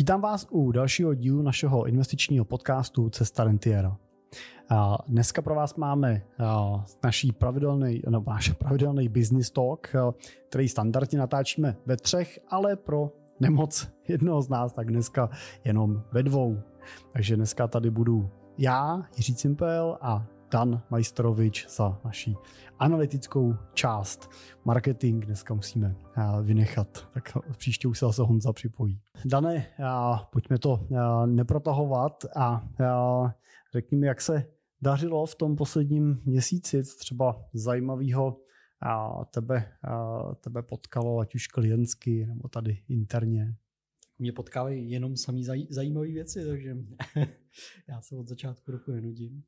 Vítám vás u dalšího dílu našeho investičního podcastu Cesta rentiera. Dneska pro vás máme náš pravidelný business talk, který standardně natáčíme ve 3, ale pro nemoc jednoho z nás, tak dneska jenom ve 2. Takže dneska tady budu já, Jiří Cimpel, a Dan Majstorovič za naší analytickou část. Marketing dneska musíme vynechat, tak příště už se zase Honza připojí. Dane, pojďme to neprotahovat a řekni mi, jak se dařilo v tom posledním měsíci, co třeba zajímavého tebe potkalo, ať už klientsky nebo tady interně. Mě potkávají jenom samý zajímavé věci, takže já se od začátku roku nenudím.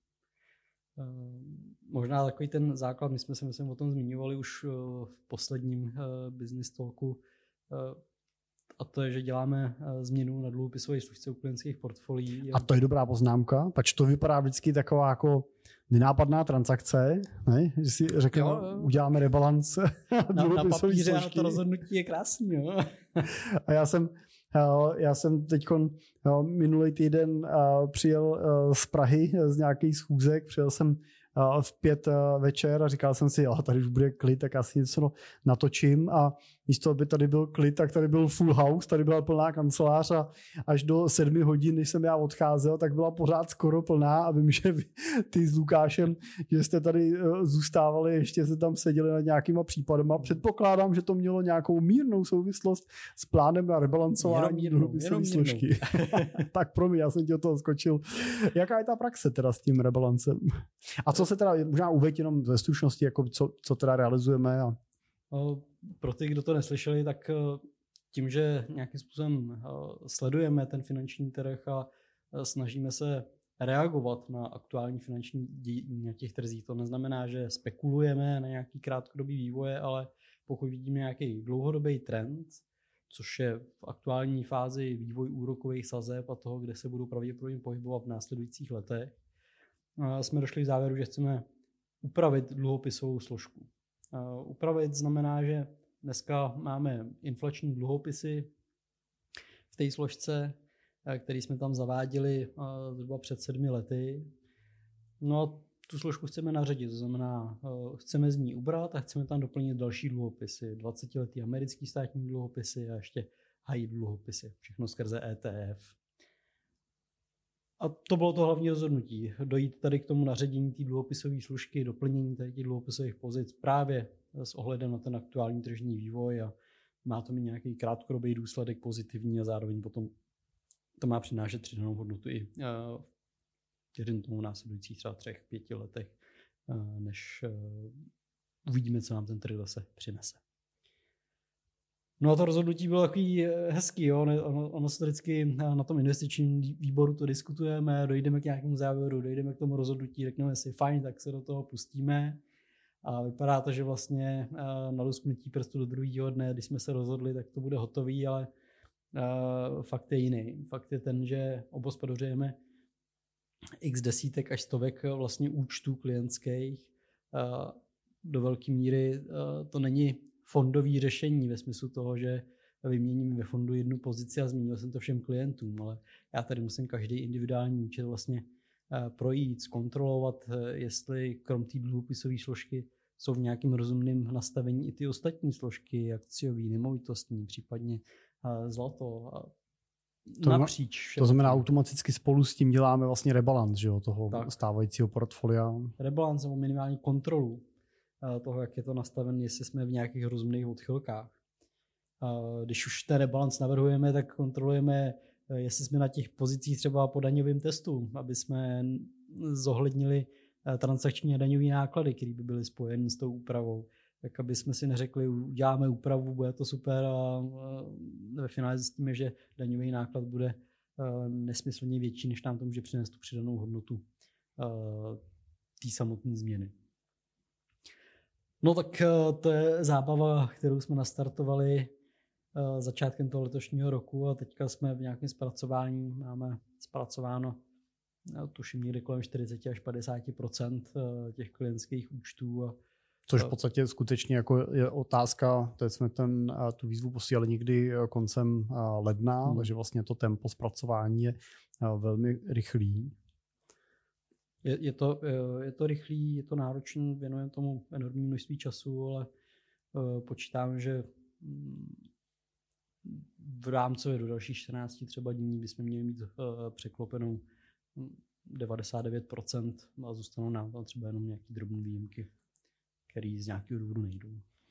Možná takový ten základ, my jsme se myslím o tom zmiňovali už v posledním business talku, a to je, že děláme změnu na dluhopisové složce u klientských portfolií. A to je dobrá poznámka, pač to vypadá vždycky taková jako nenápadná transakce, ne? Že si řekneme, uděláme rebalance na papíře a to rozhodnutí je krásný. Jo? A já jsem teď minulý týden přijel z Prahy z nějakých schůzek, přijel jsem v 5 večer a říkal jsem si, tady už bude klid, tak asi něco natočím, a místo, aby tady byl klid, tak tady byl full house, tady byla plná kancelář a až do 7 hodin, než jsem já odcházel, tak byla pořád skoro plná, a vím, že ty s Lukášem, že jste tady zůstávali, ještě se tam seděli nad nějakýma případama. Předpokládám, že to mělo nějakou mírnou souvislost s plánem na rebalancování dluhopisové složky. Tak promiň, já jsem ti od toho skočil. Jaká je ta praxe teda s tím rebalancem? A co se teda, možná uveď jenom ve stručnosti, jako co teda realizujeme? Pro ty, kdo to neslyšeli, tak tím, že nějakým způsobem sledujeme ten finanční trh a snažíme se reagovat na aktuální finanční dění na těch trzích. To neznamená, že spekulujeme na nějaký krátkodobý vývoj, ale pokud vidíme nějaký dlouhodobý trend, což je v aktuální fázi vývoj úrokových sazeb a toho, kde se budou pravděpodobně pohybovat v následujících letech, jsme došli k závěru, že chceme upravit dluhopisovou složku. Upravit znamená, že dneska máme inflační dluhopisy v té složce, který jsme tam zaváděli zhruba před 7 lety. No a tu složku chceme naředit, to znamená, chceme z ní ubrat a chceme tam doplnit další dluhopisy, 20letý americký státní dluhopisy a ještě high dluhopisy, všechno skrze ETF. A to bylo to hlavní rozhodnutí, dojít tady k tomu naředění té dluhopisové složky, doplnění tady těch dluhopisových pozic právě s ohledem na ten aktuální tržní vývoj, a má to mít nějaký krátkodobý důsledek pozitivní a zároveň potom to má přinášet přidanou hodnotu i v tomu následujících třeba 3-5 letech, než uvidíme, co nám ten trh zase přinese. No a to rozhodnutí bylo takový hezký, jo? Ono se vždycky na tom investičním výboru to diskutujeme, dojdeme k nějakému závěru, dojdeme k tomu rozhodnutí, řekneme si fajn, tak se do toho pustíme, a vypadá to, že vlastně na lusknutí prstu do druhého dne, když jsme se rozhodli, tak to bude hotový, ale fakt je jiný. Fakt je ten, že obhospodařujeme x desítek až stovek vlastně účtů klientských. Do velké míry to není fondový řešení ve smyslu toho, že vyměním ve fondu jednu pozici a změnil jsem to všem klientům, ale já tady musím každý individuální účet vlastně projít, zkontrolovat, jestli krom té dluhopisové složky jsou v nějakém rozumném nastavení i ty ostatní složky, akciový, nemovitostní, případně zlato. Napříč. To znamená, automaticky spolu s tím děláme vlastně rebalans, že jo, toho stávajícího portfolia. Rebalans nebo minimální kontrolu toho, jak je to nastaven, jestli jsme v nějakých rozumných odchylkách. Když už ten rebalans navrhujeme, tak kontrolujeme, jestli jsme na těch pozicích třeba po daňovém testu, aby jsme zohlednili transakční a daňové náklady, které by byly spojeny s tou úpravou. Tak aby jsme si neřekli, uděláme úpravu, bude to super, a ve finále zjistíme, že daňový náklad bude nesmyslně větší, než nám to může přinést tu přidanou hodnotu té samotné změny. No tak to je zábava, kterou jsme nastartovali začátkem toho letošního roku, a teďka jsme v nějakém zpracování, máme zpracováno tuším někde kolem 40 až 50% těch klientských účtů, a Což v podstatě skutečně jako je otázka, teď jsme tu výzvu posílali někdy koncem ledna, takže vlastně to tempo zpracování je velmi rychlý. Je to rychlý, je to náročný, věnujeme tomu enormní množství času, ale počítám, že v rámcově do dalších 14 třeba dní bychom měli mít překlopenou 99% a zůstanou nám tam třeba jenom nějaké drobné výjimky, které z nějakého důvodu nejdou.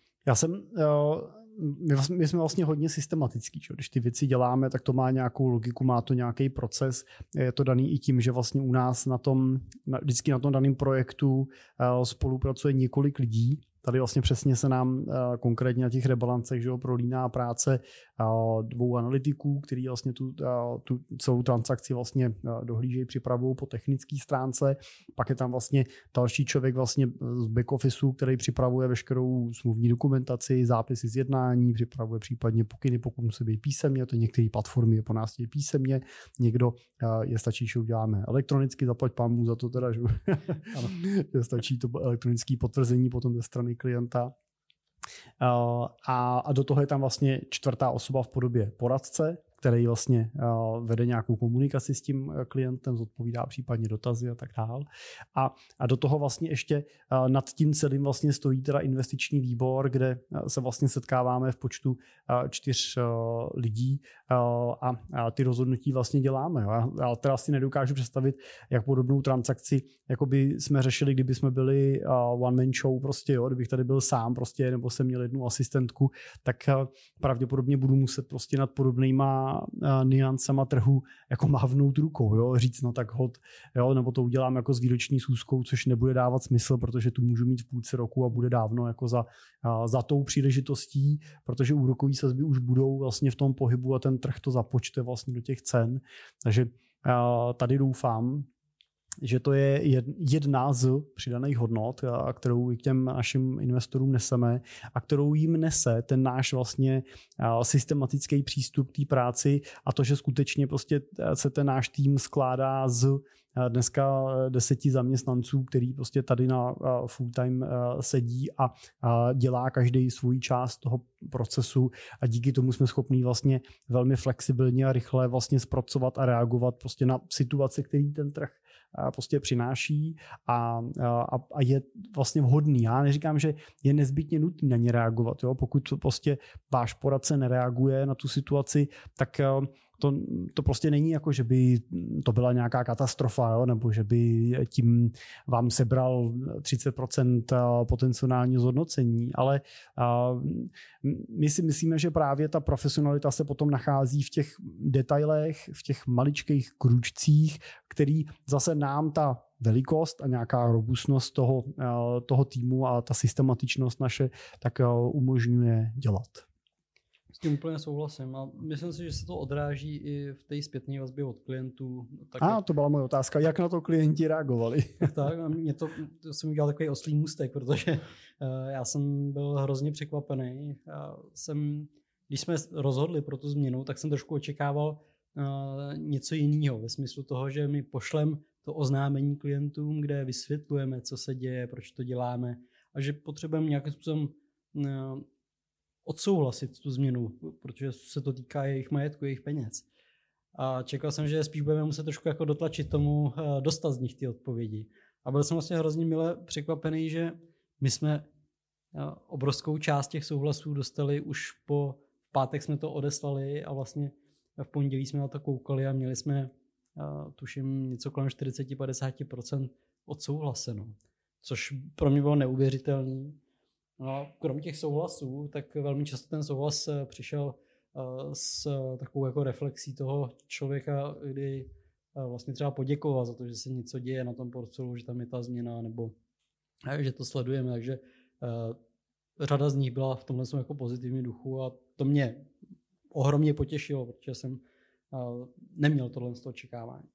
My jsme vlastně hodně systematický. Čo? Když ty věci děláme, tak to má nějakou logiku, má to nějaký proces. Je to daný i tím, že vlastně u nás vždycky na tom daném projektu spolupracuje několik lidí. Tady vlastně přesně se nám konkrétně na těch rebalancech, že jo, prolíná práce 2 analytiků, který vlastně tu celou transakci vlastně dohlížejí, připravují po technické stránce. Pak je tam vlastně další člověk vlastně z back officeu, který připravuje veškerou smluvní dokumentaci, zápisy z jednání, připravuje případně pokyny, pokud musí být písemně, to některé platformy je po nás písemně, někdo je stačí, že uděláme elektronicky, zaplať pánbůh za to teda, že stačí to elektronické potvrzení potom ze strany klienta. A do toho je tam vlastně 4. osoba v podobě poradce, který vlastně vede nějakou komunikaci s tím klientem, zodpovídá případně dotazy a tak dál. A do toho vlastně ještě nad tím celým vlastně stojí teda investiční výbor, kde se vlastně setkáváme v počtu 4 lidí a ty rozhodnutí vlastně děláme. Já teda si nedokážu představit, jak podobnou transakci jako by jsme řešili, kdyby jsme byli one man show prostě, jo, kdybych tady byl sám prostě, nebo jsem měl jednu asistentku, tak pravděpodobně budu muset prostě nad podobnýma niancema trhu jako mávnout rukou, jo, říct no tak hod, jo, nebo to udělám jako s výroční schůzkou, což nebude dávat smysl, protože tu můžu mít v půlce roku a bude dávno jako za tou příležitostí, protože úrokové sazby už budou vlastně v tom pohybu a ten trh to započte vlastně do těch cen. Takže tady doufám, že to je jedna z přidaných hodnot, kterou i k těm našim investorům neseme a kterou jim nese ten náš vlastně systematický přístup k té práci a to, že skutečně prostě se ten náš tým skládá z dneska 10 zaměstnanců, který prostě tady na full time sedí a dělá každý svůj část toho procesu a díky tomu jsme schopní vlastně velmi flexibilně a rychle vlastně zpracovat a reagovat prostě na situace, který ten trh prostě přináší a je vlastně vhodný. Já neříkám, že je nezbytně nutné na ně reagovat. Jo? Pokud prostě váš poradce nereaguje na tu situaci, tak to prostě není jako, že by to byla nějaká katastrofa, jo? Nebo že by tím vám sebral 30% potenciálního zhodnocení, ale my si myslíme, že právě ta profesionalita se potom nachází v těch detailech, v těch maličkých krůčcích, který zase nám ta velikost a nějaká robustnost toho týmu a ta systematičnost naše tak umožňuje dělat. S tím úplně souhlasím a myslím si, že se to odráží i v té zpětné vazbě od klientů. To byla moje otázka. Jak na to klienti reagovali? Tak, to jsem udělal takový oslý můstek, protože já jsem byl hrozně překvapený. Když jsme rozhodli pro tu změnu, tak jsem trošku očekával něco jiného ve smyslu toho, že my pošlem to oznámení klientům, kde vysvětlujeme, co se děje, proč to děláme a že potřebujeme nějakým způsobem odsouhlasit tu změnu, protože se to týká jejich majetku, jejich peněz. A čekal jsem, že spíš budeme muset trošku jako dotlačit tomu, dostat z nich ty odpovědi. A byl jsem vlastně hrozně mile překvapený, že my jsme obrovskou část těch souhlasů dostali už v pátek jsme to odeslali a vlastně v pondělí jsme na to koukali a měli jsme, tuším, něco kolem 40-50% odsouhlaseno, což pro mě bylo neuvěřitelný. No, krom těch souhlasů, tak velmi často ten souhlas přišel s takovou jako reflexí toho člověka, kdy vlastně třeba poděkoval za to, že se něco děje na tom portfoliu, že tam je ta změna, nebo že to sledujeme, takže řada z nich byla v tomhle jako pozitivním duchu a to mě ohromně potěšilo, protože jsem neměl tohle z toho očekávání.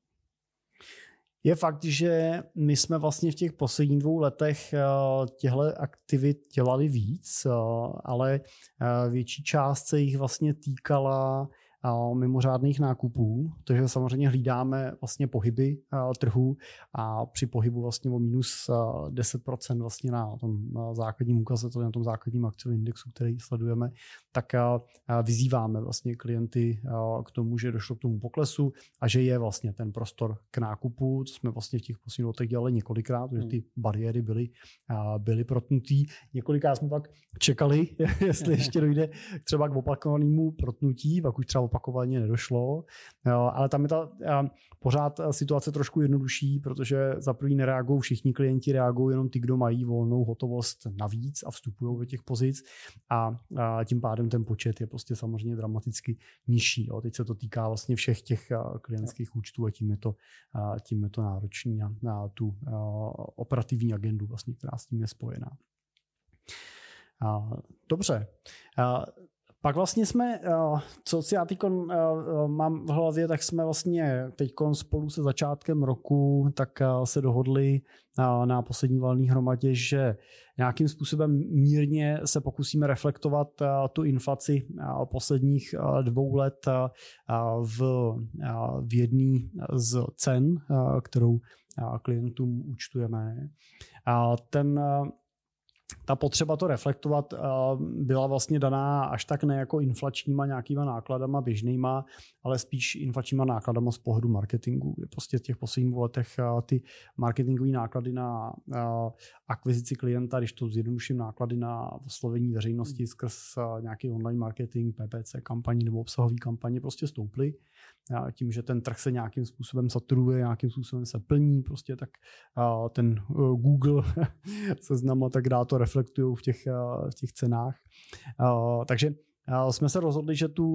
Je fakt, že my jsme vlastně v těch posledních 2 letech těchto aktivit dělali víc, ale větší část se jich vlastně týkala mimořádných nákupů, takže samozřejmě hlídáme vlastně pohyby trhu a při pohybu vlastně o minus 10% vlastně na tom základním ukazateli, na tom základním akciovém indexu, který sledujeme, tak vyzýváme vlastně klienty k tomu, že došlo k tomu poklesu a že je vlastně ten prostor k nákupu, co jsme vlastně v těch posledních letech dělali několikrát, protože ty bariéry byly protnutý. Několikrát jsme pak čekali, jestli ještě dojde třeba k opakovanému protnutí, pak už třeba opakovaně nedošlo, ale tam je ta pořád situace trošku jednodušší, protože za první nereagují všichni klienti, reagují jenom ty, kdo mají volnou hotovost navíc a vstupují do těch pozic a tím pádem ten počet je prostě samozřejmě dramaticky nižší. Teď se to týká vlastně všech těch klientských účtů a tím je to náročný na tu operativní agendu, vlastně, která s tím je spojená. Dobře. Pak vlastně jsme, co si já teď mám v hlavě, tak jsme vlastně teď spolu se začátkem roku tak se dohodli na poslední valné hromadě, že nějakým způsobem mírně se pokusíme reflektovat tu inflaci posledních 2 let v jedné z cen, kterou klientům účtujeme. Ta potřeba to reflektovat byla vlastně daná až tak ne jako inflačníma nějakýma nákladama běžnýma, ale spíš inflačníma nákladama z pohledu marketingu. Prostě v těch posledních letech ty marketingové náklady na akvizici klienta, když to zjednoduším, náklady na oslovení veřejnosti skrz nějaký online marketing, PPC kampaně nebo obsahové kampaně prostě stouply. Tím, že ten trh se nějakým způsobem saturuje, nějakým způsobem se plní, prostě tak ten Google seznam a tak dále to reflektují v těch cenách. Takže jsme se rozhodli,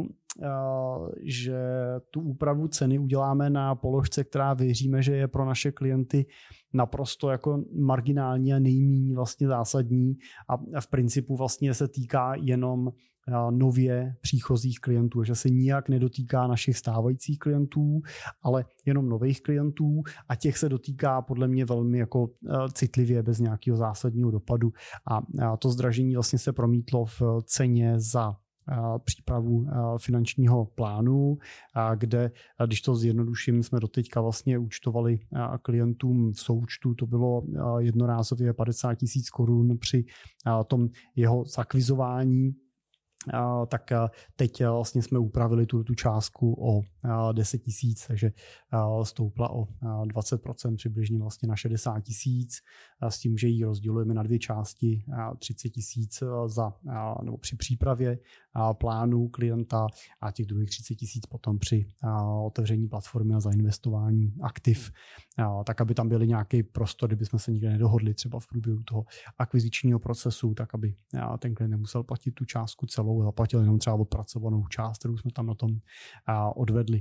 že tu úpravu ceny uděláme na položce, která věříme, že je pro naše klienty naprosto jako marginální a nejméně vlastně zásadní a v principu vlastně se týká jenom nově příchozích klientů, že se nijak nedotýká našich stávajících klientů, ale jenom nových klientů a těch se dotýká podle mě velmi jako citlivě, bez nějakého zásadního dopadu a to zdražení vlastně se promítlo v ceně za přípravu finančního plánu, kde, když to zjednoduším, jsme doteďka vlastně účtovali klientům v součtu, to bylo jednorázově 50 000 korun při tom jeho zakvizování, tak teď vlastně jsme upravili tu částku o 10 000, takže stoupla o 20% přibližně vlastně na 60 000 s tím, že ji rozdělujeme na 2 části, 30 000 nebo při přípravě plánu klienta a těch druhých 30 000 potom při otevření platformy a zainvestování aktiv, tak aby tam byly nějaký prostor, kdyby jsme se nikde nedohodli třeba v průběhu toho akvizičního procesu, tak aby ten klient nemusel platit tu částku celou, zaplatil jenom třeba odpracovanou část, kterou jsme tam na tom odvedli.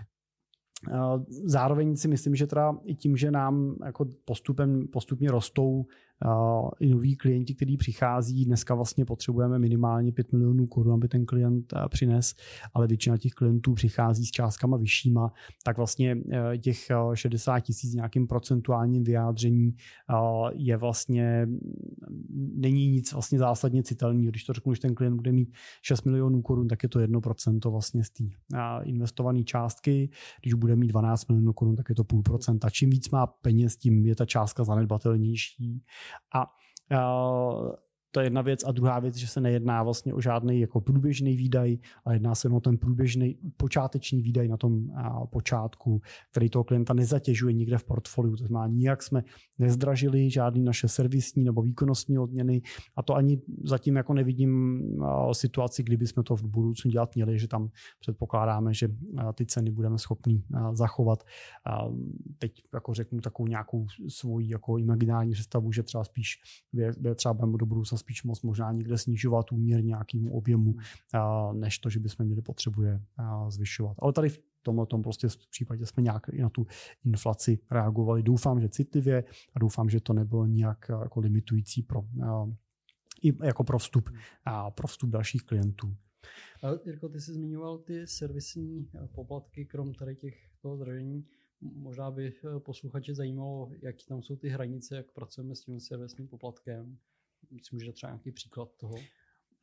Zároveň si myslím, že teda i tím, že nám jako postupně rostou i noví klienti, kteří přichází, dneska vlastně potřebujeme minimálně 5 milionů korun, aby ten klient přines, ale většina těch klientů přichází s částkama vyššíma, tak vlastně těch 60 000 nějakým procentuálním vyjádření je vlastně, není nic vlastně zásadně citelného. Když to řeknu, že ten klient bude mít 6 milionů korun, tak je to 1% vlastně z té investované částky. Když bude mít 12 milionů korun, tak je to 0,5%. Čím víc má peněz, tím je ta částka zanedbatelnější. A to je jedna věc. A druhá věc, že se nejedná vlastně o žádný jako průběžný výdaj, ale jedná se o ten průběžný počáteční výdaj na tom počátku, který toho klienta nezatěžuje nikde v portfoliu. To znamená, nijak jsme nezdražili žádný naše servisní nebo výkonnostní odměny a to ani zatím jako nevidím situaci, kdyby jsme to v budoucnu dělat měli, že tam předpokládáme, že ty ceny budeme schopni zachovat. Teď jako řeknu takovou nějakou svoji jako imaginární představu, že třeba spíš třeba do budoucna spíš možná někde snižovat úměr nějakému objemu, než to, že bychom měli potřebuje zvyšovat. Ale tady v tomhletom prostě v případě jsme nějak i na tu inflaci reagovali. Doufám, že citlivě a doufám, že to nebylo nějak jako limitující pro vstup dalších klientů. Jirko, ty jsi zmiňoval ty servisní poplatky, krom tady toho zdražení. Možná by posluchače zajímalo, jaký tam jsou ty hranice, jak pracujeme s tím servisním poplatkem. Myslím, že třeba nějaký příklad toho.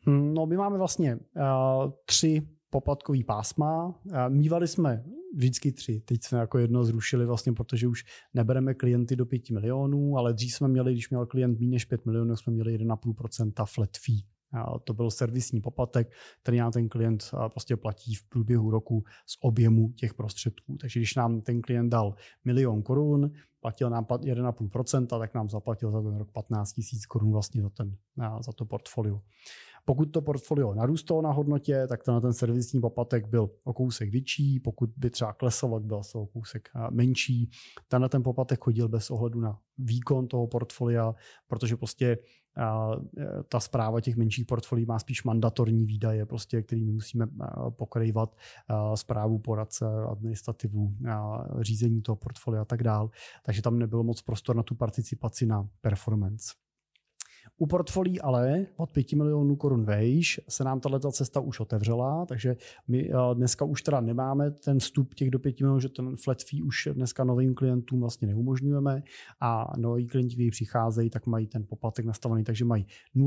No, my máme vlastně 3 poplatkový pásma. Mívali jsme vždycky 3. Teď jsme jako jedno zrušili vlastně, protože už nebereme klienty do 5 milionů, ale dřív jsme měli, když měl klient méně než 5 milionů, jsme měli 1,5% flat fee. To byl servisní poplatek, který nám ten klient prostě platí v průběhu roku z objemu těch prostředků. Takže když nám ten klient dal 1 000 000 korun, platil nám 1,5%, tak nám zaplatil za ten rok 15 000 korun vlastně za to portfolio. Pokud to portfolio narůstalo na hodnotě, tak ten servisní poplatek byl o kousek větší, pokud by třeba klesl, tak byl o kousek menší. Ten poplatek chodil bez ohledu na výkon toho portfolia, protože prostě ta správa těch menších portfolií má spíš mandatorní výdaje, prostě, kterými musíme pokrývat správu poradce, administrativu, řízení toho portfolia a tak dál. Takže tam nebylo moc prostor na tu participaci na performance. U portfolií ale od 5 milionů korun vejš se nám tato cesta už otevřela, takže my dneska už teda nemáme ten vstup těch do 5 milionů, že ten flat fee už dneska novým klientům vlastně neumožňujeme a noví klienti, kteří přicházejí, tak mají ten poplatek nastavený, takže mají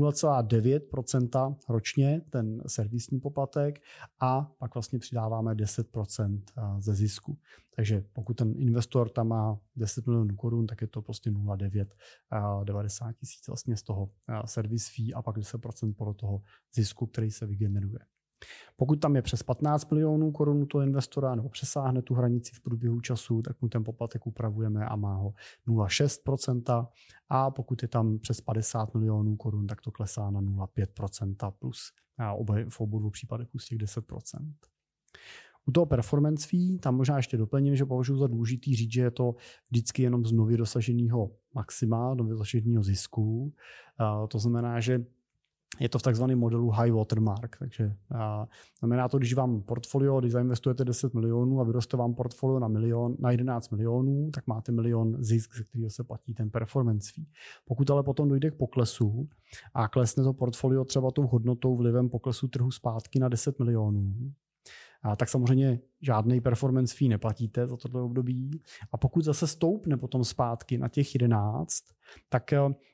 0,9% ročně ten servisní poplatek a pak vlastně přidáváme 10% ze zisku. Takže pokud ten investor tam má 10 milionů korun, tak je to prostě 0,9, 90 000 vlastně z toho service fee a pak 10% podle toho zisku, který se vygeneruje. Pokud tam je přes 15 milionů korun toho investora nebo přesáhne tu hranici v průběhu času, tak mu ten poplatek upravujeme a má ho 0,6%. A pokud je tam přes 50 milionů korun, tak to klesá na 0,5% plus v obou případech plus těch 10%. U toho performance fee, tam možná ještě doplním, že považuji za důležitý říct, že je to vždycky jenom z nově dosaženého maxima, nově dosaženého zisku. To znamená, že je to v takzvaném modelu high watermark. Takže znamená to, když vám portfolio, když zainvestujete 10 milionů a vyroste vám portfolio na 11 milionů, tak máte 1 milion zisk, ze kterého se platí ten performance fee. Pokud ale potom dojde k poklesu a klesne to portfolio třeba tou hodnotou vlivem poklesu trhu zpátky na 10 milionů, tak samozřejmě žádný performance fee neplatíte za toto období. A pokud zase stoupne potom zpátky na těch 11, tak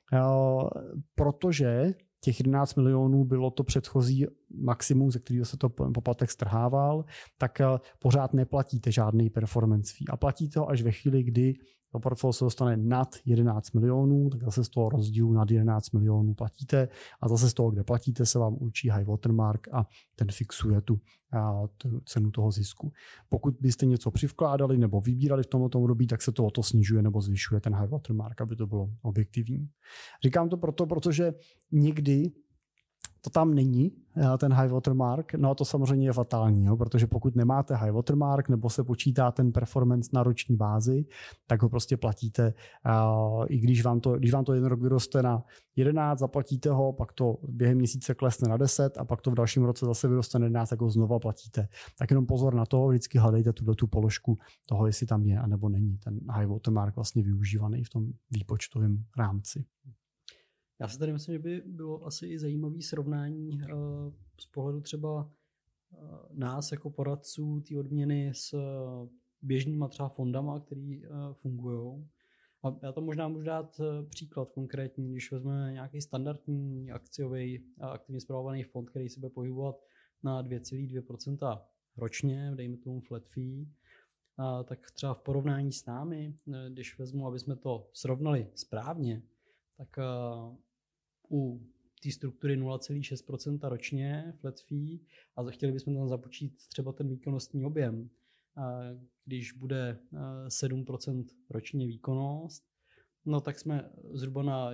protože těch 11 milionů bylo to předchozí maximum, ze kterého se to poplatek strhával, tak pořád neplatíte žádný performance fee. A platíte ho až ve chvíli, kdy to portfolio se dostane nad 11 milionů, tak zase z toho rozdílu nad 11 milionů platíte a zase z toho, kde platíte, se vám určí high watermark a ten fixuje tu cenu toho zisku. Pokud byste něco přivkládali nebo vybírali v tomto období, tak se to o to snižuje nebo zvyšuje ten high watermark, aby to bylo objektivní. Říkám to protože někdy to tam není, ten high watermark, no a to samozřejmě je fatální, protože pokud nemáte high watermark nebo se počítá ten performance na roční bázi, tak ho prostě platíte, i když vám to jeden rok vyroste na 11, zaplatíte ho, pak to během měsíce klesne na 10 a pak to v dalším roce zase vyroste na 11, tak ho znova platíte. Tak jenom pozor na to, vždycky hledejte tu položku toho, jestli tam je anebo není ten high watermark vlastně využívaný v tom výpočtovém rámci. Já si tady myslím, že by bylo asi i zajímavé srovnání z pohledu třeba nás jako poradců té odměny s běžnýma třeba fondama, který fungují. A já to možná můžu dát příklad konkrétní, když vezmeme nějaký standardní akciový aktivně spravovaný fond, který se bude pohybovat na 2,2% ročně, dejme tomu flat fee, tak třeba v porovnání s námi, když vezmu, aby jsme to srovnali správně, tak u té struktury 0,6% ročně flat fee a chtěli bychom tam započít třeba ten výkonnostní objem. Když bude 7% ročně výkonnost, no tak jsme zhruba na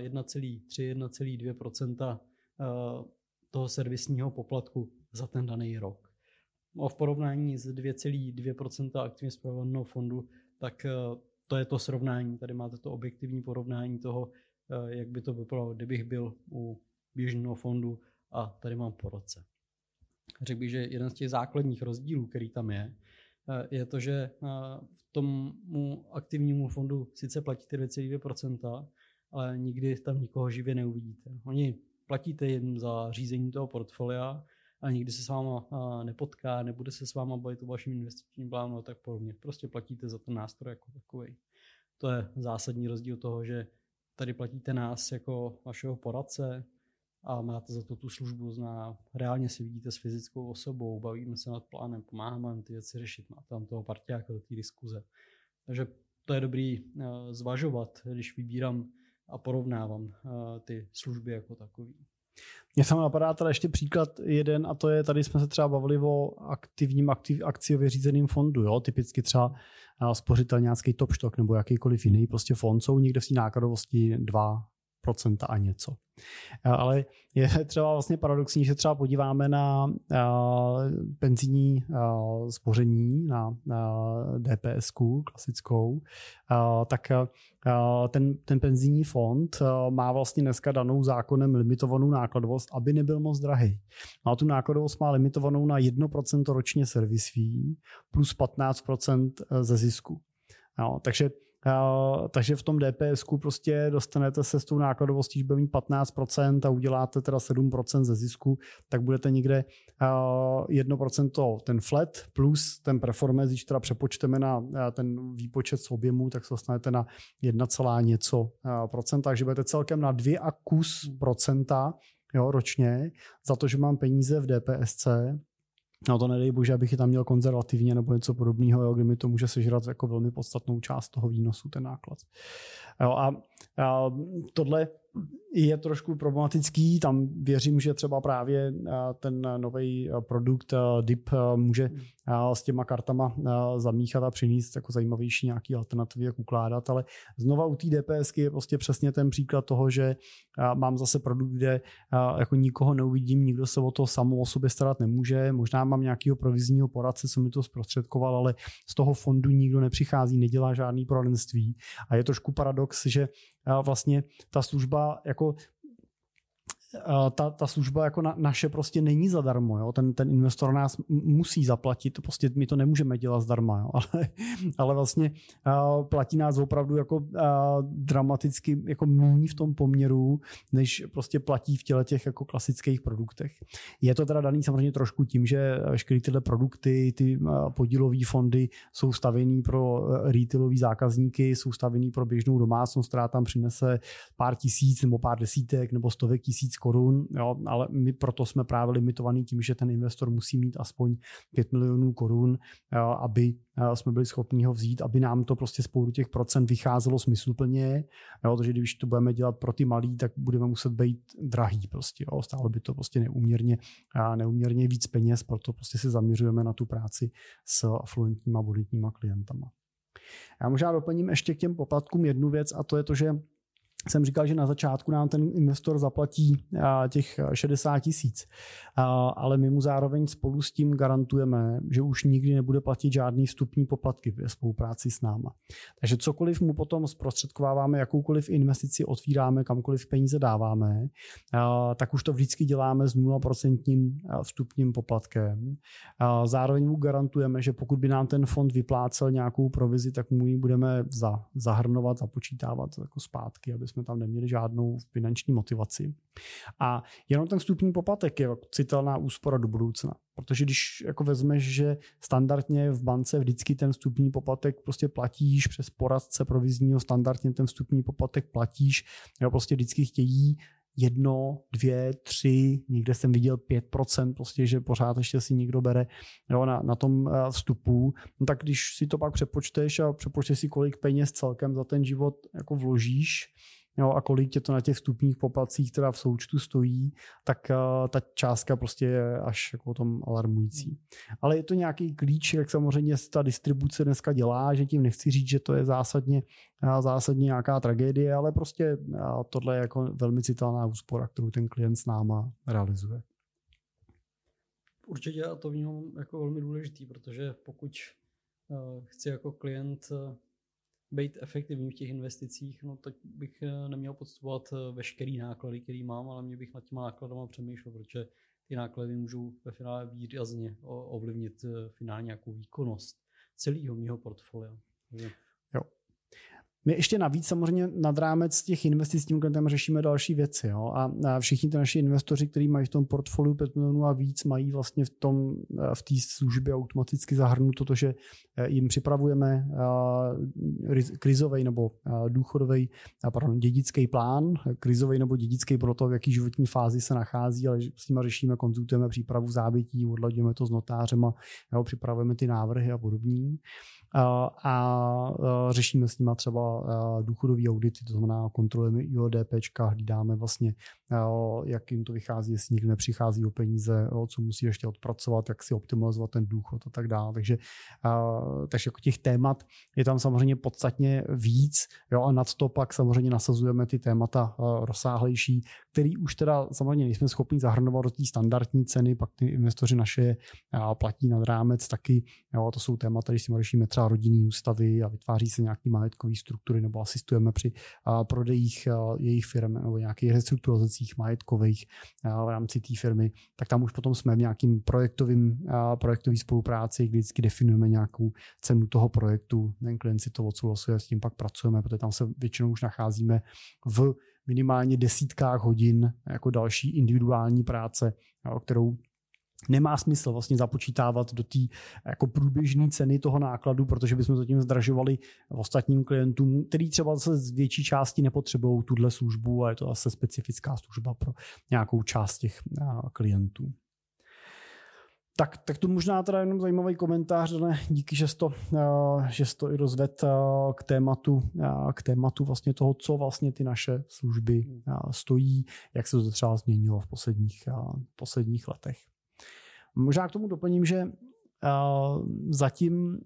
1,2% toho servisního poplatku za ten daný rok. A v porovnání s 2,2% aktivně spravovaného fondu, tak to je to srovnání. Tady máte to objektivní porovnání toho, jak by to vypadalo, kdybych byl u běžného fondu a tady mám poradce. Řekl bych, že jeden z těch základních rozdílů, který tam je to, že v tomu aktivnímu fondu sice platíte 2,2%, ale nikdy tam nikoho živě neuvidíte. Oni platíte jen za řízení toho portfolia a nikdy se s váma nepotká, nebude se s váma bavit o vaším investičním plánu a tak podobně. Prostě platíte za ten nástroj jako takový. To je zásadní rozdíl toho, že tady platíte nás jako vašeho poradce a máte za to tu službu, reálně si vidíte s fyzickou osobou, bavíme se nad plánem, pomáháme vám ty věci řešit, máte tam toho parťáka do té diskuze. Takže to je dobrý zvažovat, když vybírám a porovnávám ty služby jako takový. Mně se napadá teda ještě příklad jeden, a to je, tady jsme se třeba bavili o aktivním akciově řízeným fondu, jo? Typicky třeba spořitelňácký Top Stock nebo jakýkoliv jiný prostě fond jsou někde v té nákladovosti 2% a něco. Ale je třeba vlastně paradoxní, že třeba podíváme na penzijní spoření, na DPS-ku klasickou, tak ten penzijní fond má vlastně dneska danou zákonem limitovanou nákladovost, aby nebyl moc drahý. A tu nákladovost má limitovanou na 1% ročně servis fee plus 15% ze zisku. Jo, takže v tom DPS-ku prostě dostanete se s tou nákladovostí, že bude mít 15% a uděláte teda 7% ze zisku, tak budete někde 1% ten flat plus ten performance, když teda přepočteme na ten výpočet z objemu, tak se dostanete na 1, něco procent, takže budete celkem na 2,5% ročně za to, že mám peníze v DPSC. No to nedej bože, abych je tam měl konzervativně nebo něco podobného, kde mi to může sežrat jako velmi podstatnou část toho výnosu, ten náklad. Jo, a tohle je trošku problematický, tam věřím, že třeba právě ten nový produkt DIP může s těma kartama zamíchat a přinést jako zajímavější nějaký alternativy, jak ukládat, ale znova u té DPSky je prostě přesně ten příklad toho, že mám zase produkt, kde jako nikoho neuvidím, nikdo se o to samo o sobě starat nemůže, možná mám nějakého provizního poradce, co mi to zprostředkoval, ale z toho fondu nikdo nepřichází, nedělá žádný poradenství a je trošku paradox, že vlastně ta služba jako ta služba jako naše prostě není zadarmo. Jo? Ten investor nás musí zaplatit, prostě my to nemůžeme dělat zdarma, jo? Ale vlastně platí nás opravdu jako dramaticky jako méně v tom poměru, než prostě platí v těch jako klasických produktech. Je to teda daný samozřejmě trošku tím, že veškeré tyhle produkty, ty podílové fondy jsou stavěný pro retailové zákazníky, jsou stavěný pro běžnou domácnost, která tam přinese pár tisíc nebo pár desítek nebo stovek tisíc korun, jo, ale my proto jsme právě limitovaný tím, že ten investor musí mít aspoň 5 milionů korun, jo, aby jsme byli schopni ho vzít, aby nám to prostě spolu těch procent vycházelo smysluplně, jo, protože když to budeme dělat pro ty malý, tak budeme muset být drahý prostě, jo, stálo by to prostě neúměrně víc peněz, proto prostě se zaměřujeme na tu práci s afluentníma, bonitníma klientama. Já možná doplním ještě k těm poplatkům jednu věc, a to je to, že jsem říkal, že na začátku nám ten investor zaplatí těch 60 000, ale my mu zároveň spolu s tím garantujeme, že už nikdy nebude platit žádný vstupní poplatky ve spolupráci s náma. Takže cokoliv mu potom zprostředkováváme, jakoukoliv investici otvíráme, kamkoliv peníze dáváme, tak už to vždycky děláme s 0% vstupním poplatkem. Zároveň mu garantujeme, že pokud by nám ten fond vyplácel nějakou provizi, tak mu ji budeme zahrnovat, započítávat jako zpátky, aby jsme tam neměli žádnou finanční motivaci. A jenom ten vstupní poplatek je citelná úspora do budoucna. Protože když jako vezmeš, že standardně v bance vždycky ten vstupní poplatek prostě platíš přes poradce provizního, standardně ten vstupní poplatek platíš, jo, prostě vždycky chtějí 1, 2, 3, někde jsem viděl 5%, prostě, že pořád ještě si někdo bere, jo, na tom vstupu, no tak když si to pak přepočteš a přepočteš si, kolik peněz celkem za ten život jako vložíš, jo, a kolik tě to na těch vstupních poplatcích teda v součtu stojí, tak ta částka prostě je až jako o tom alarmující. Ale je to nějaký klíč, jak samozřejmě ta distribuce dneska dělá, že tím nechci říct, že to je zásadně nějaká tragédie, ale prostě tohle je jako velmi citelná úspora, kterou ten klient s náma realizuje. Určitě a to vnímám jako velmi důležitý, protože pokud chci jako klient být efektivní v těch investicích, no tak bych neměl podstupovat veškerý náklady, který mám, ale mě bych nad těma nákladama přemýšlel, protože ty náklady můžou ve finále výrazně ovlivnit finálně nějakou výkonnost celého mého portfolia. Jo. My ještě navíc samozřejmě nad rámec těch investic s tím klientem řešíme další věci. Jo? A všichni ty naši investoři, kteří mají v tom portfoliu 5 milionů a víc, mají vlastně v té službě automaticky zahrnuto to, že jim připravujeme krizový nebo dědický plán, krizový nebo dědický pro to, v jaký životní fázi se nachází, ale s nimi řešíme, konzultujeme přípravu závětí, odladíme to s notářem a připravujeme ty návrhy a podobně. A řešíme s nimi třeba důchodový audity, to znamená kontrolujeme IODPčka, hlídáme vlastně, jak jim to vychází, jestli někdo nepřichází o peníze, co musí ještě odpracovat, jak si optimalizovat ten důchod a tak dále. Takže jako těch témat je tam samozřejmě podstatně víc, jo, a nad to pak samozřejmě nasazujeme ty témata rozsáhlejší, který už teda samozřejmě nejsme schopni zahrnovat do té standardní ceny, pak ty investoři naše platí nad rámec taky, jo, to jsou témata, když si řešíme třeba rodinný ústavy a vytváří se nějaký majetkový struktury nebo asistujeme při prodejích jejich firm nebo nějakých restrukturalizacích majetkových v rámci té firmy, tak tam už potom jsme v nějakým projektový spolupráci, kdy vždycky definujeme nějakou cenu toho projektu, ten klient si to odsouhlasuje, s tím pak pracujeme, protože tam se většinou už nacházíme v minimálně desítkách hodin jako další individuální práce, kterou nemá smysl vlastně započítávat do té jako průběžné ceny toho nákladu, protože bychom to tím zdražovali ostatním klientům, který třeba se z větší části nepotřebují tuhle službu a je to zase specifická služba pro nějakou část těch klientů. Tak to možná teda jenom zajímavý komentář, ne? Díky, že jsi to i rozvedl k tématu vlastně toho, co vlastně ty naše služby stojí, jak se to třeba změnilo v posledních letech. Možná k tomu doplním, že zatím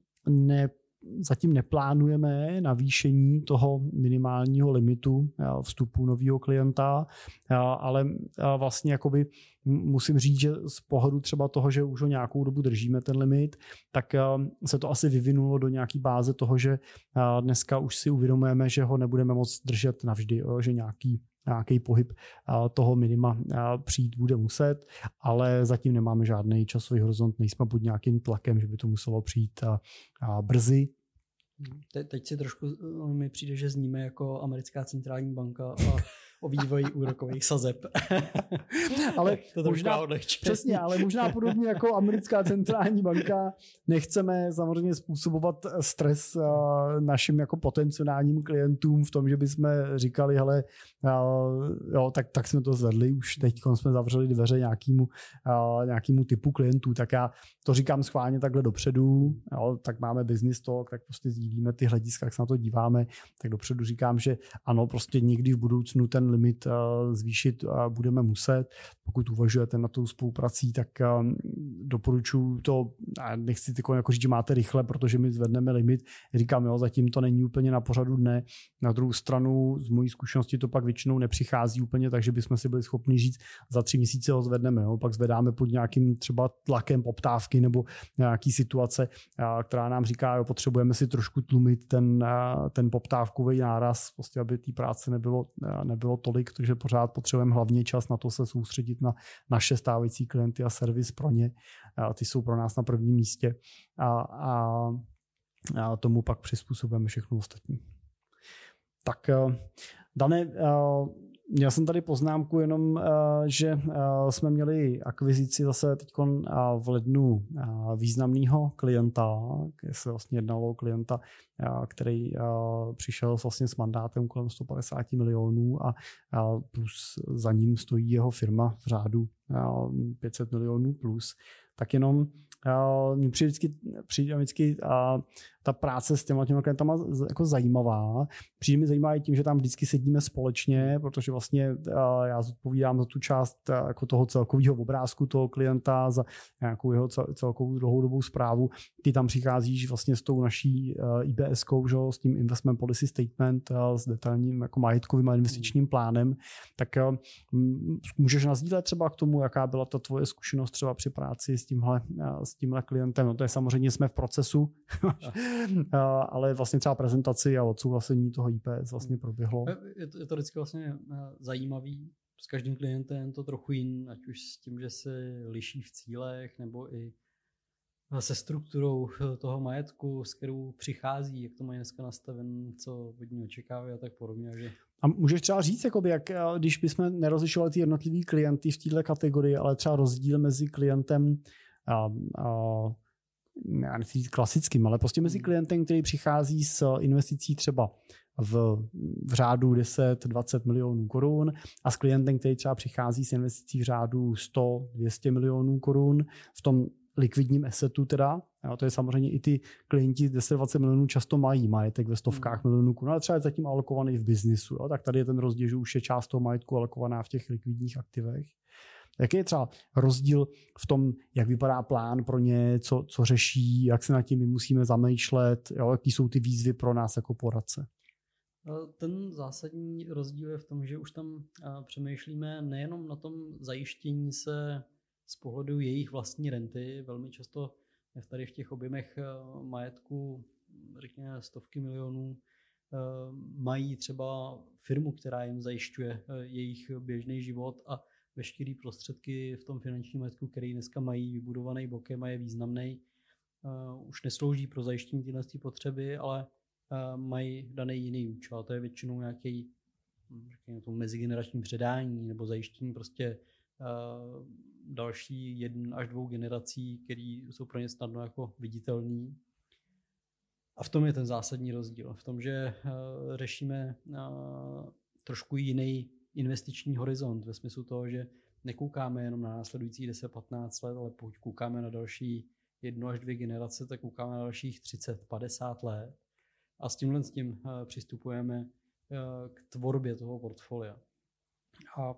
neplánujeme navýšení toho minimálního limitu vstupu nového klienta, ale vlastně jakoby musím říct, že z pohledu třeba toho, že už ho nějakou dobu držíme ten limit, tak se to asi vyvinulo do nějaký báze toho, že dneska už si uvědomujeme, že ho nebudeme moc držet navždy, že nějaký pohyb toho minima přijít bude muset, ale zatím nemáme žádný časový horizont, nejsme pod nějakým tlakem, že by to muselo přijít brzy. Teď si trošku mi přijde, že zníme jako americká centrální banka a o vývoji úrokových sazeb. Ale přesně, ale možná podobně jako americká centrální banka nechceme samozřejmě způsobovat stres našim jako potenciálním klientům v tom, že bychom říkali, hele, jo, tak jsme to zvedli, už teď jsme zavřeli dveře nějakému typu klientů, tak já to říkám schválně takhle dopředu, jo, tak máme business talk, tak prostě sdílíme ty hlediska, jak se na to díváme, tak dopředu říkám, že ano, prostě někdy v budoucnu ten limit zvýšit budeme muset. Pokud uvažujete na tou spoluprací, tak doporučuji to, nechci jako říct, že máte rychle, protože my zvedneme limit. Říkám, jo, zatím to není úplně na pořadu dne. Na druhou stranu, z mojí zkušenosti to pak většinou nepřichází úplně tak, že bychom si byli schopni říct, za 3 měsíce ho zvedneme. Jo. Pak zvedáme pod nějakým třeba tlakem poptávky nebo nějaký situace, která nám říká, jo, potřebujeme si trošku tlumit ten poptávkový náraz, prostě aby té práce nebylo tolik, takže pořád potřebujeme hlavně čas na to se soustředit na naše stávající klienty a servis pro ně. Ty jsou pro nás na prvním místě a tomu pak přizpůsobujeme všechno ostatní. Tak Dane, měl jsem tady poznámku jenom, že jsme měli akvizici zase teď v lednu významného klienta, kde se vlastně jednalo o klienta, který přišel vlastně s mandátem kolem 150 milionů a plus za ním stojí jeho firma v řádu 500 milionů plus. Tak jenom mě přijde vždycky ta práce s těma klientama jako zajímavá. Přijde mi zajímavá i tím, že tam vždycky sedíme společně, protože vlastně já zodpovídám za tu část jako toho celkového obrázku toho klienta, za nějakou jeho celkovou dlouhodobou správu. Ty tam přicházíš vlastně s tou naší IBS-kou, že, s tím Investment Policy Statement, s detailním jako majetkovým a investičním plánem. Tak můžeš nasdílet třeba k tomu, jaká byla ta tvoje zkušenost třeba při práci s tímhle klientem. No to je samozřejmě, jsme v procesu, ale vlastně třeba prezentaci a odsouhlasení toho IPS vlastně proběhlo. Je to vždycky vlastně zajímavý. S každým klientem to trochu jiný, ať už s tím, že se liší v cílech, nebo i se strukturou toho majetku, s kterou přichází, jak to mají dneska nastaven, co od ní očekávají a tak podobně. Že... A můžeš třeba říct, jakoby, jak, když bychom nerozlišovali ty jednotlivý klienty v této kategorii, ale třeba rozdíl mezi klientem já nechci říct klasickým, ale prostě mezi klientem, který přichází s investicí třeba v řádu 10-20 milionů korun a s klientem, který třeba přichází s investicí v řádu 100-200 milionů korun v tom likvidním assetu teda. Jo, to je samozřejmě i ty klienti 10-20 milionů často mají majetek ve stovkách milionů korun, ale třeba je zatím alokovaný v biznisu. Jo, tak tady je ten rozdíl, že už je část toho majetku alokovaná v těch likvidních aktivech. Jaký je třeba rozdíl v tom, jak vypadá plán pro ně, co řeší, jak se nad tím my musíme zamýšlet, jo, jaký jsou ty výzvy pro nás jako poradce? Ten zásadní rozdíl je v tom, že už tam přemýšlíme nejenom na tom zajištění se z pohledu jejich vlastní renty. Velmi často tady v těch objemech majetku, řekněme stovky milionů, mají třeba firmu, která jim zajišťuje jejich běžný život a veškeré prostředky v tom finančním majetku, který dneska mají vybudovaný bokem a je významný, už neslouží pro zajištění tyhle potřeby, ale mají daný jiný účel. To je většinou nějaký, řekněme, to mezigenerační předání nebo zajištění prostě další 1 až 2 generací, které jsou pro ně snadno jako viditelný. A v tom je ten zásadní rozdíl. V tom, že řešíme trošku jiný investiční horizont ve smyslu toho, že nekoukáme jenom na následující 10-15 let, ale pokud koukáme na další 1 až 2 generace, tak koukáme na dalších 30-50 let. A s tím přistupujeme k tvorbě toho portfolia. A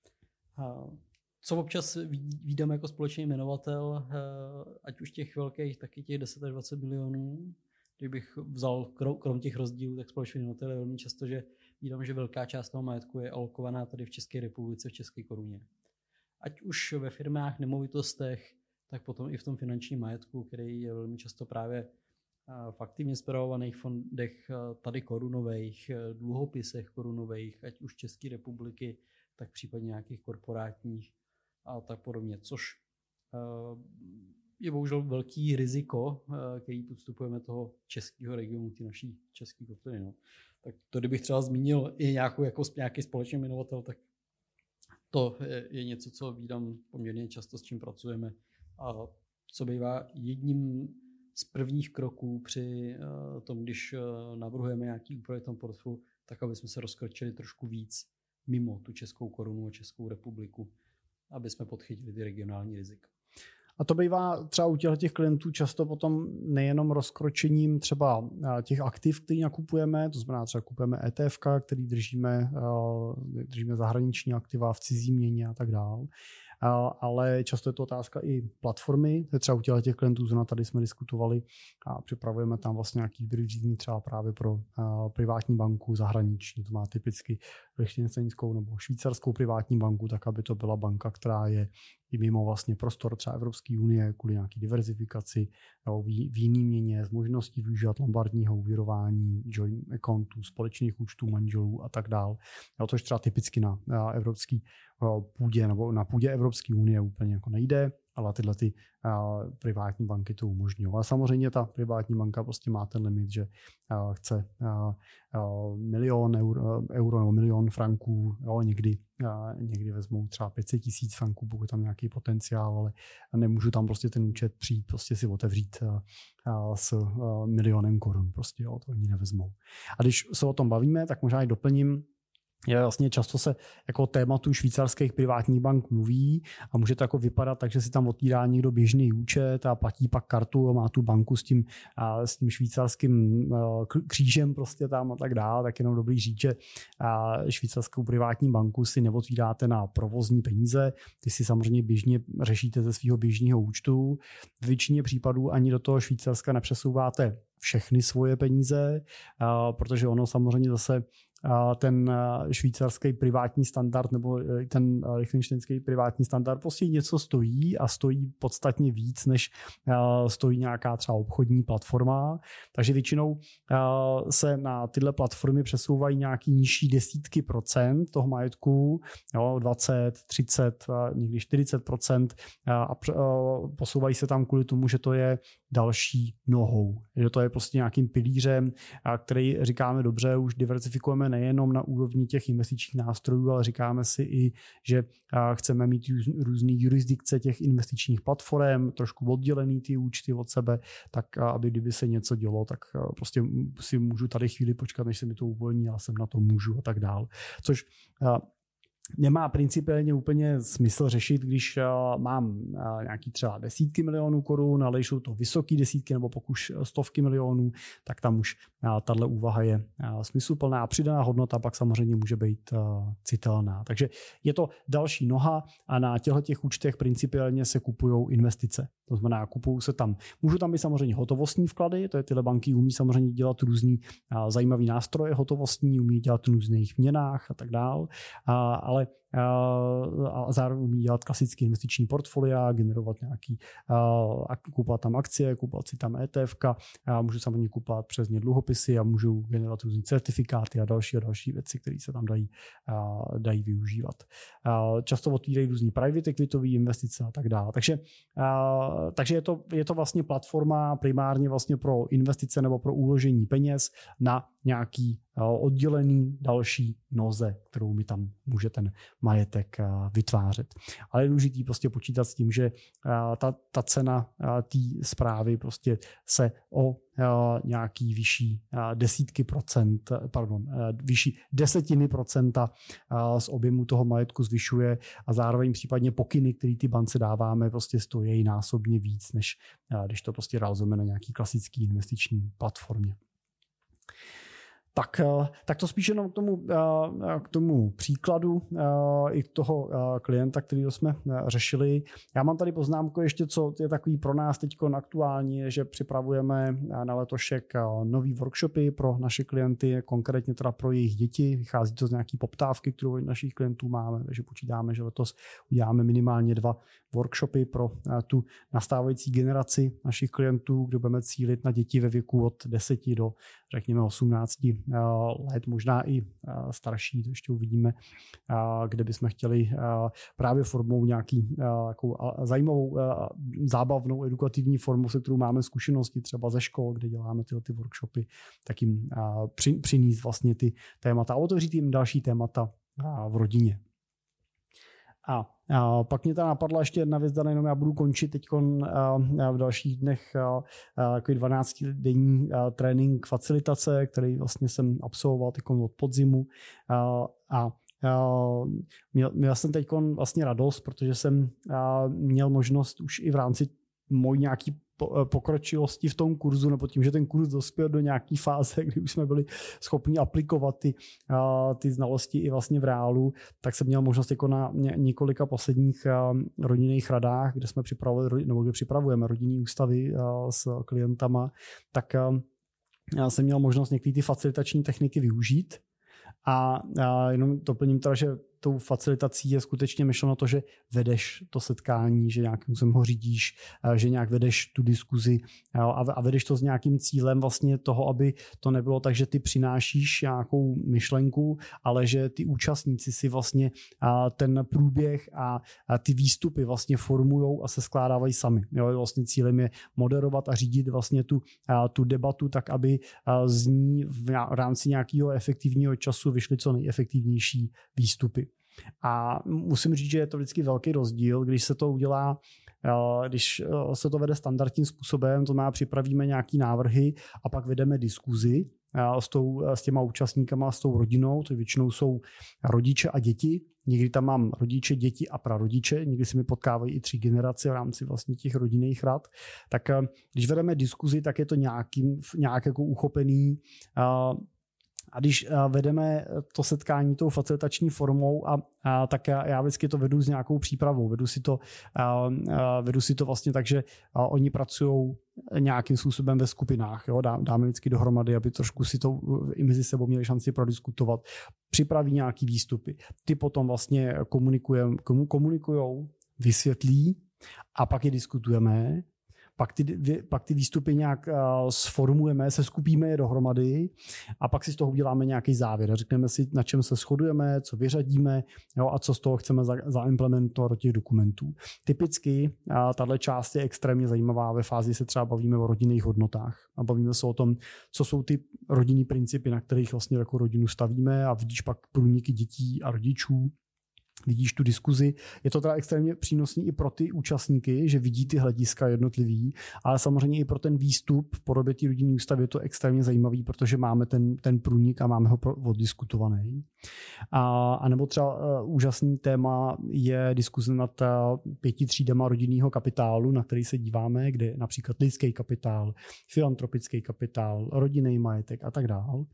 co občas vídáme jako společný jmenovatel, ať už těch velkých, tak i těch 10 až 20 milionů, kdybych vzal krom těch rozdílů, tak společný jmenovatel je velmi často, že vídám, že velká část toho majetku je alokovaná tady v České republice, v české koruně. Ať už ve firmách, nemovitostech, tak potom i v tom finančním majetku, který je velmi často právě v aktivně spravovaných fondech tady korunových, dluhopisech korunových, ať už České republiky, tak případně nějakých korporátních a tak podobně, což je bohužel velký riziko, který podstupujeme toho českého regionu, ty naší české kotliny. No. Tak to, kdybych třeba zmínil i nějaký společný jmenovatel, tak to je něco, co vídám poměrně často, s čím pracujeme a co bývá jedním z prvních kroků při tom, když navrhujeme nějaký úpravy v tom portfoliu, tak aby jsme se rozkročili trošku víc mimo tu českou korunu a Českou republiku, aby jsme podchytili ty regionální rizika. A to bývá třeba u těch klientů často potom nejenom rozkročením třeba těch aktiv, který nakupujeme, to znamená třeba kupujeme ETF, který držíme zahraniční aktiva v cizí měně a tak dále. Ale často je to otázka i platformy. Třeba u těch klientů zrovna tady jsme diskutovali a připravujeme tam vlastně nějaký výběr třeba právě pro privátní banku zahraniční. To má typicky lichtenštejnskou nebo švýcarskou privátní banku, tak aby to byla banka, která je i mimo vlastně prostor třeba Evropské unie kvůli nějaký diverzifikaci v jiný měně, s možností využívat lombardního úvěrování, joint accountů, společných účtů manželů a tak dále. Což třeba typicky na evropské půdě nebo na půdě Evropské unie úplně jako nejde, ale tyhle ty privátní banky to umožňují. Ale samozřejmě ta privátní banka prostě má ten limit, že chce 1 milion euro nebo 1 milion franků, někdy vezmou třeba 500 000 franků, pokud tam nějaký potenciál, ale nemůžu tam prostě ten účet přijít, prostě si otevřít s 1 milionem korun, prostě to oni nevezmou. A když se o tom bavíme, tak možná i doplním, je vlastně často se jako tématu švýcarských privátních bank mluví a může to jako vypadat tak, že si tam otvírá někdo běžný účet a platí pak kartu a má tu banku s tím švýcarským křížem prostě tam a tak dále, tak jenom dobrý říct, že švýcarskou privátní banku si neotvíráte na provozní peníze, ty si samozřejmě běžně řešíte ze svého běžného účtu. V většině případů ani do toho Švýcarska nepřesouváte všechny svoje peníze, protože ono samozřejmě zase ten švýcarský privátní standard nebo ten lichtenštejnský privátní standard prostě něco stojí a stojí podstatně víc, než stojí nějaká třeba obchodní platforma. Takže většinou se na tyhle platformy přesouvají nějaký nižší desítky procent toho majetku, 20, 30, někdy 40%, a posouvají se tam kvůli tomu, že to je další nohou. Že to je prostě nějakým pilířem, který říkáme dobře, už diversifikujeme nejenom na úrovni těch investičních nástrojů, ale říkáme si i, že chceme mít různé jurisdikce těch investičních platform, trošku oddělený ty účty od sebe, tak aby kdyby se něco dělo, tak prostě si můžu tady chvíli počkat, než se mi to uvolní, já jsem na to můžu a tak dál. Což nemá principiálně úplně smysl řešit, když mám nějaký třeba desítky milionů korun, ale jsou to vysoké desítky nebo pokud stovky milionů, tak tam už tahle úvaha je smysluplná a přidaná hodnota pak samozřejmě může být citelná. Takže je to další noha a na těchto účtech principiálně se kupují investice. To znamená, kupují se tam, můžou tam být samozřejmě hotovostní vklady, to je tyhle banky umí samozřejmě dělat různý zajímavý nástroje hotovostní, umí dělat v různých měnách a tak dál, ale a zároveň umí dělat klasické investiční portfolia, generovat nějaký, kupovat tam akcie, kupovat si tam ETFka, můžu samozřejmě kupovat přes ně dluhopisy a můžu generovat různý certifikáty a další věci, které se tam dají využívat. Často otvírají různý private equity investice a tak dále. Takže je to vlastně platforma primárně vlastně pro investice nebo pro uložení peněz na nějaký oddělený další noze, kterou mi tam může ten majetek vytvářet. Ale je důležitý prostě počítat s tím, že ta cena té správy prostě se o nějaký vyšší vyšší desetiny procenta z objemu toho majetku zvyšuje a zároveň případně pokyny, které ty bance dáváme, prostě stojí násobně víc, než když to prostě realizujeme na nějaký klasický investiční platformě. Tak to spíš jenom k tomu příkladu i toho klienta, kterýho jsme řešili. Já mám tady poznámku ještě, co je takový pro nás teď aktuální, že připravujeme na letošek nový workshopy pro naše klienty, konkrétně teda pro jejich děti. Vychází to z nějaký poptávky, kterou od našich klientů máme, takže počítáme, že letos uděláme minimálně 2 workshopy pro tu nastávající generaci našich klientů, kde budeme cílit na děti ve věku od 10 do řekněme 18 let, možná i starší, to ještě uvidíme, kde bychom chtěli právě formou nějaký zajímavou, zábavnou, edukativní formu, se kterou máme zkušenosti třeba ze škol, kde děláme ty workshopy, tak jim přinést vlastně ty témata a otevřít jim další témata v rodině. A pak mě tam napadla ještě jedna věc, jenom já budu končit teď v dalších dnech takový 12denní trénink facilitace, který vlastně jsem absolvoval od podzimu a měl jsem teď vlastně radost, protože jsem měl možnost už i v rámci mojí nějaký pokročilosti v tom kurzu, nebo tím, že ten kurz dospěl do nějaké fáze, kdy už jsme byli schopni aplikovat ty znalosti i vlastně v reálu, tak jsem měl možnost jako na několika posledních rodinných radách, kde jsme kde připravujeme rodinné ústavy s klientama, tak já jsem měl možnost některé ty facilitační techniky využít a jenom doplním teda, že tou facilitací je skutečně myšleno to, že vedeš to setkání, že nějakým způsobem ho řídíš, že nějak vedeš tu diskuzi a vedeš to s nějakým cílem vlastně toho, aby to nebylo tak, že ty přinášíš nějakou myšlenku, ale že ty účastníci si vlastně ten průběh a ty výstupy vlastně formujou a se skládávají sami. Jo, vlastně cílem je moderovat a řídit vlastně tu debatu tak, aby z ní v rámci nějakého efektivního času vyšly co nejefektivnější výstupy. A musím říct, že je to vždycky velký rozdíl, když se to udělá, když se to vede standardním způsobem, to znamená připravíme nějaký návrhy a pak vedeme diskuzi s těma účastníkama, s tou rodinou, to většinou jsou rodiče a děti. Někdy tam mám rodiče, děti a prarodiče, někdy se mi potkávají i 3 generace v rámci vlastně těch rodinných rad. Tak když vedeme diskuzi, tak je to nějak jako uchopený A když vedeme to setkání tou facilitační formou, tak já vždycky to vedu s nějakou přípravou. Vedu si to vlastně tak, že oni pracují nějakým způsobem ve skupinách. Jo? Dáme vždycky dohromady, aby trošku si to i mezi sebou měli šanci prodiskutovat. Připraví nějaký výstupy. Ty potom vlastně komunikujou, vysvětlí a pak je diskutujeme. Pak ty výstupy nějak sformujeme, seskupíme je dohromady a pak si z toho uděláme nějaký závěr. Řekneme si, na čem se shodujeme, co vyřadíme, jo, a co z toho chceme zaimplementovat do těch dokumentů. Typicky tahle část je extrémně zajímavá. Ve fázi se třeba bavíme o rodinných hodnotách a bavíme se o tom, co jsou ty rodinný principy, na kterých vlastně jako rodinu stavíme, a vidíš pak průniky dětí a rodičů. Vidíš tu diskuzi. Je to teda extrémně přínosný i pro ty účastníky, že vidí ty hlediska jednotlivý, ale samozřejmě i pro ten výstup v podobě té rodinné ústavy je to extrémně zajímavý, protože máme ten průnik a máme ho oddiskutovaný. A nebo třeba úžasný téma je diskuze nad 5 třídama rodinného kapitálu, na který se díváme, kde je například lidský kapitál, filantropický kapitál, rodinný majetek a tak dále.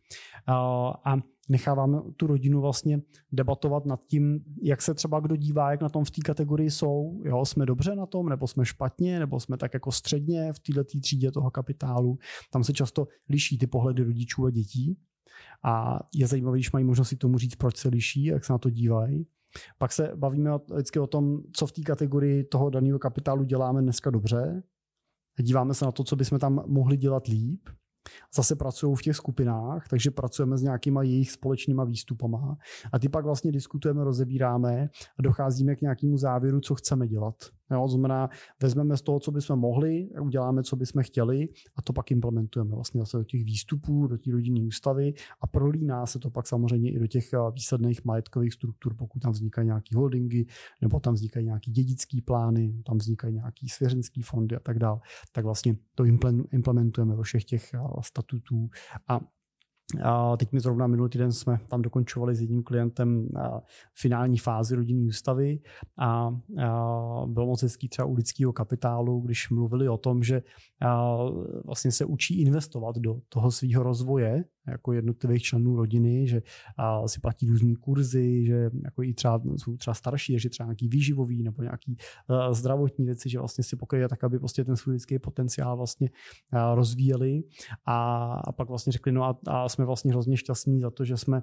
A necháváme tu rodinu vlastně debatovat nad tím, jak se třeba kdo dívá, jak na tom v té kategorii jsou. Jo, jsme dobře na tom, nebo jsme špatně, nebo jsme tak jako středně v této třídě toho kapitálu. Tam se často liší ty pohledy rodičů a dětí. A je zajímavé, když mají možnost si tomu říct, proč se liší, jak se na to dívají. Pak se bavíme vždycky o tom, co v té kategorii toho daného kapitálu děláme dneska dobře. Díváme se na to, co bychom tam mohli dělat líp. Zase pracují v těch skupinách, takže pracujeme s nějakýma jejich společnýma výstupama a ty pak vlastně diskutujeme, rozebíráme a docházíme k nějakému závěru, co chceme dělat. Jo, znamená, vezmeme z toho, co bychom mohli, uděláme, co bychom chtěli a to pak implementujeme vlastně zase do těch výstupů, do té rodinné ústavy a prolíná se to pak samozřejmě i do těch výsledných majetkových struktur, pokud tam vznikají nějaký holdingy, nebo tam vznikají nějaký dědický plány, tam vznikají nějaký svěřenský fondy a tak dále. Tak vlastně to implementujeme do všech těch statutů a teď mi zrovna minulý týden jsme tam dokončovali s jedním klientem finální fázi rodinné ústavy a bylo moc hezký třeba u lidského kapitálu, když mluvili o tom, že vlastně se učí investovat do toho svého rozvoje jako jednotlivých členů rodiny, že si platí různý kurzy, že jako i jsou třeba starší, že třeba nějaký výživový nebo nějaký zdravotní věci, že vlastně si pokryje tak, aby prostě ten svůj lidský potenciál vlastně rozvíjeli a pak vlastně řekli, no a jsme vlastně hrozně šťastní za to, že jsme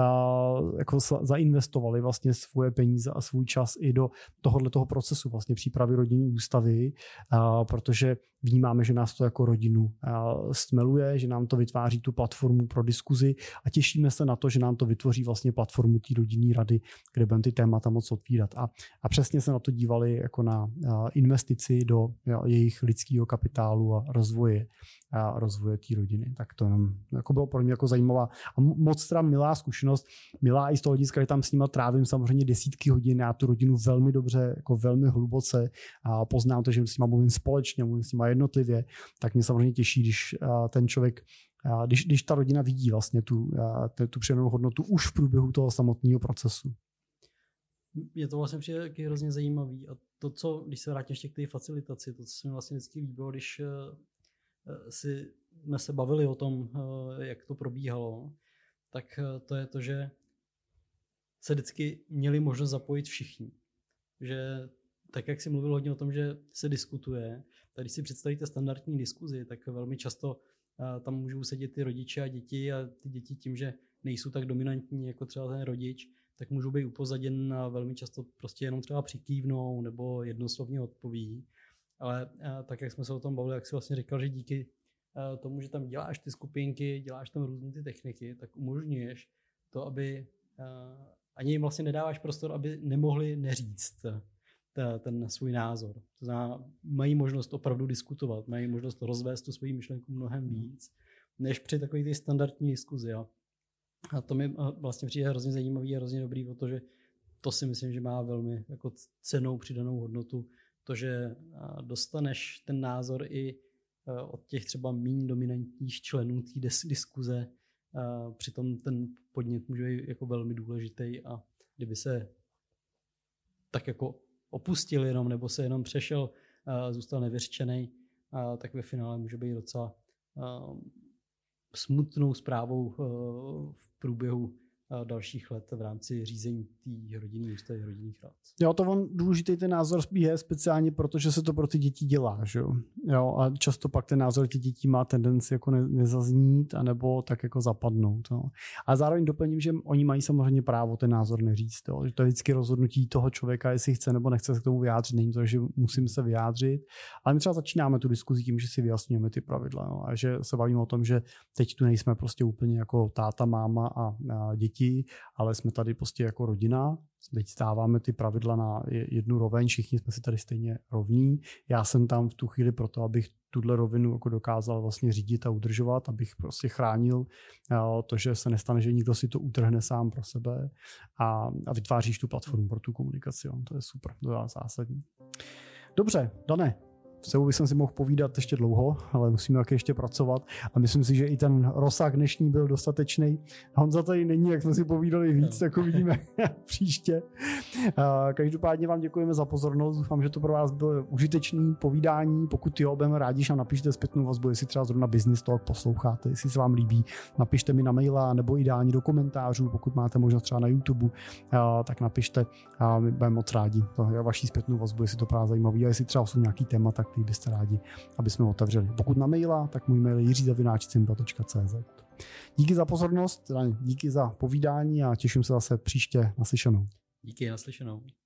jako zainvestovali vlastně svoje peníze a svůj čas i do tohoto procesu vlastně přípravy rodinné ústavy, protože vnímáme, že nás to jako rodinu stmeluje, že nám to vytváří tu platformu pro diskuzi a těšíme se na to, že nám to vytvoří vlastně platformu té rodinné rady, kde budeme ty témata moc otvírat. A přesně se na to dívali jako na investici do jejich lidského kapitálu a rozvoje té rodiny. Tak to jako bylo pro mě jako zajímavá a moc teda milá zkušenost. Milá i z toho hlediska, že tam s nima trávím samozřejmě desítky hodin. Já tu rodinu velmi dobře, jako velmi hluboce a poznám to, že s nima mluvím společně, mluvím s nima jednotlivě, tak mě samozřejmě těší, když ten člověk, když ta rodina vidí vlastně tu přidanou hodnotu už v průběhu toho samotného procesu. Je to vlastně přijde taky hrozně zajímavý a to, co, když se vrátím ještě k té facilitaci, to, co se mi vlastně vždycky líbilo, když jsme se bavili o tom, jak to probíhalo, tak to je to, že se vždycky měli možnost zapojit všichni. Že tak, jak jsi mluvil hodně o tom, že se diskutuje, tak když si představíte standardní diskuzi, tak velmi často tam můžou sedět ty rodiče a děti a ty děti tím, že nejsou tak dominantní jako třeba ten rodič, tak můžou být upozaděn a velmi často prostě jenom třeba přikývnou nebo jednoslovně odpoví. Ale tak, jak jsme se o tom bavili, jak jsi vlastně říkal, že díky tomu, že tam děláš ty skupinky, děláš tam různé ty techniky, tak umožňuješ to, aby ani jim vlastně nedáváš prostor, aby nemohli neříct ten svůj názor. To znamená, mají možnost opravdu diskutovat, mají možnost rozvést tu svoji myšlenku mnohem víc, než při takové té standardní diskuzi. Jo. A to mi vlastně přijde hrozně zajímavý a hrozně dobrý, protože to si myslím, že má velmi jako cennou přidanou hodnotu. To, že dostaneš ten názor i od těch třeba méně dominantních členů té diskuze, přitom ten podnět může být jako velmi důležitý a kdyby se tak jako opustil jenom nebo se jenom přešel, zůstal nevyřčený, tak ve finále může být docela smutnou zprávou v průběhu dalších let v rámci řízení té rodinné ústavy, rodinných rad. Jo, to on důležitý ten názor je speciálně proto, že se to pro ty děti dělá, že jo? Jo, a často pak ten názor těch dětí má tendenci jako nezaznít anebo tak jako zapadnout. Jo. A zároveň doplním, že oni mají samozřejmě právo ten názor neříct. Jo. Že to je vždycky rozhodnutí toho člověka, jestli chce nebo nechce se k tomu vyjádřit. Není to, že musím se vyjádřit, ale my třeba začínáme tu diskuzi tím, že si vyjasňujeme ty pravidla. Jo. A že se bavíme o tom, že teď tu nejsme prostě úplně jako táta, máma a děti, ale jsme tady prostě jako rodina. Teď stáváme ty pravidla na jednu roveň, všichni jsme si tady stejně rovní. Já jsem tam v tu chvíli proto, abych tuhle rovinu jako dokázal vlastně řídit a udržovat, abych prostě chránil to, že se nestane, že nikdo si to utrhne sám pro sebe a vytváříš tu platformu pro tu komunikaci. To je super, to je zásadní. Dobře, Dane, s tebou bych si mohl povídat ještě dlouho, ale musíme taky ještě pracovat a myslím si, že i ten rozsah dnešní byl dostatečný. Honza tady není, jak jsme si povídali víc, tak uvidíme příště. Každopádně vám děkujeme za pozornost, doufám, že to pro vás bylo užitečné povídání. Pokud jo, budeme rádi, že nám napište zpětnou vazbu, jestli třeba zrovna Business Talk posloucháte, jestli se vám líbí, napište mi na maila nebo ideálně do komentářů, pokud máte možnost třeba na YouTube, tak napište a my budeme moc rádi. Vaší zpětnou vazbu, jestli to pro vás zajímavý a jestli třeba jsou nějaký témata, který byste rádi, aby jsme otevřeli. Pokud na maila, tak můj mail je jiří@cimbra.cz. Díky za pozornost, díky za povídání a těším se zase příště naslyšenou. Díky, naslyšenou.